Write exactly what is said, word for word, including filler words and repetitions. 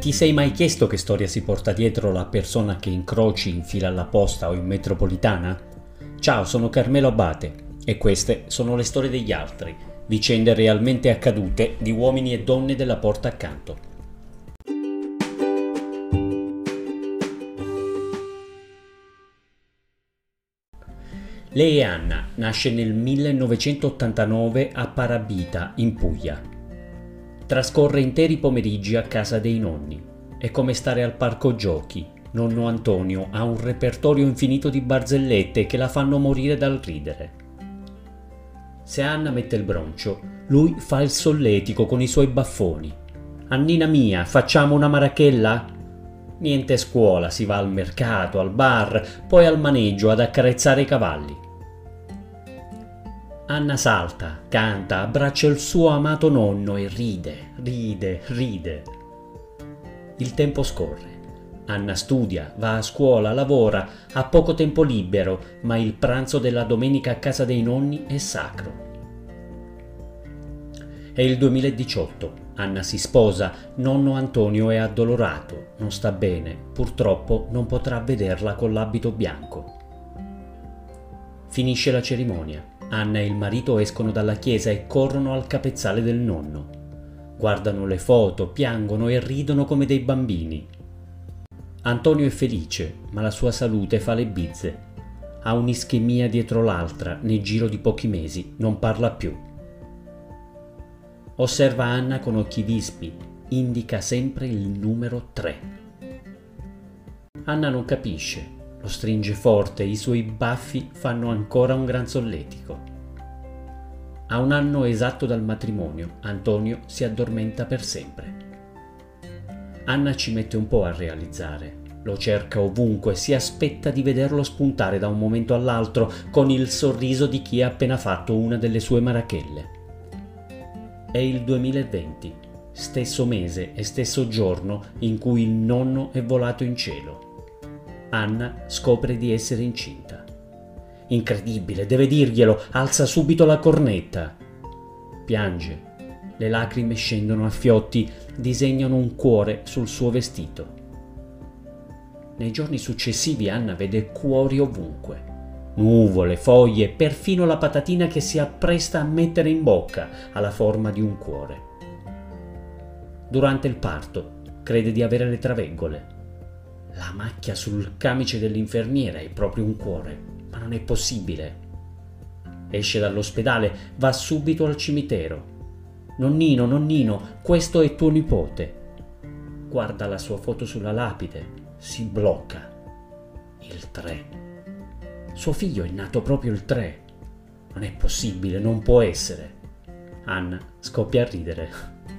Ti sei mai chiesto che storia si porta dietro la persona che incroci in fila alla posta o in metropolitana? Ciao, sono Carmelo Abate e queste sono le storie degli altri, vicende realmente accadute di uomini e donne della porta accanto. Lei è Anna, nasce nel millenovecentottantanove a Parabita, in Puglia. Trascorre interi pomeriggi a casa dei nonni. È come stare al parco giochi. Nonno Antonio ha un repertorio infinito di barzellette che la fanno morire dal ridere. Se Anna mette il broncio, lui fa il solletico con i suoi baffoni. Annina mia, facciamo una marachella? Niente scuola, si va al mercato, al bar, poi al maneggio ad accarezzare i cavalli. Anna salta, canta, abbraccia il suo amato nonno e ride, ride, ride. Il tempo scorre. Anna studia, va a scuola, lavora, ha poco tempo libero, ma il pranzo della domenica a casa dei nonni è sacro. È il duemiladiciotto. Anna si sposa, nonno Antonio è addolorato, non sta bene, purtroppo non potrà vederla con l'abito bianco. Finisce la cerimonia. Anna e il marito escono dalla chiesa e corrono al capezzale del nonno. Guardano le foto, piangono e ridono come dei bambini. Antonio è felice, ma la sua salute fa le bizze. Ha un'ischemia dietro l'altra, nel giro di pochi mesi, non parla più. Osserva Anna con occhi vispi, indica sempre il numero tre. Anna non capisce. Lo stringe forte, i suoi baffi fanno ancora un gran solletico. A un anno esatto dal matrimonio, Antonio si addormenta per sempre. Anna ci mette un po' a realizzare. Lo cerca ovunque, si aspetta di vederlo spuntare da un momento all'altro con il sorriso di chi ha appena fatto una delle sue marachelle. È il duemilaventi, stesso mese e stesso giorno in cui il nonno è volato in cielo. Anna scopre di essere incinta. Incredibile, deve dirglielo, alza subito la cornetta. Piange, le lacrime scendono a fiotti, disegnano un cuore sul suo vestito. Nei giorni successivi Anna vede cuori ovunque. Nuvole, foglie, perfino la patatina che si appresta a mettere in bocca ha la forma di un cuore. Durante il parto crede di avere le traveggole. La macchia sul camice dell'infermiera è proprio un cuore, ma non è possibile. Esce dall'ospedale, va subito al cimitero. Nonnino, nonnino, questo è tuo nipote. Guarda la sua foto sulla lapide, si blocca. Il tre. Suo figlio è nato proprio il tre. Non è possibile, non può essere. Anna scoppia a ridere.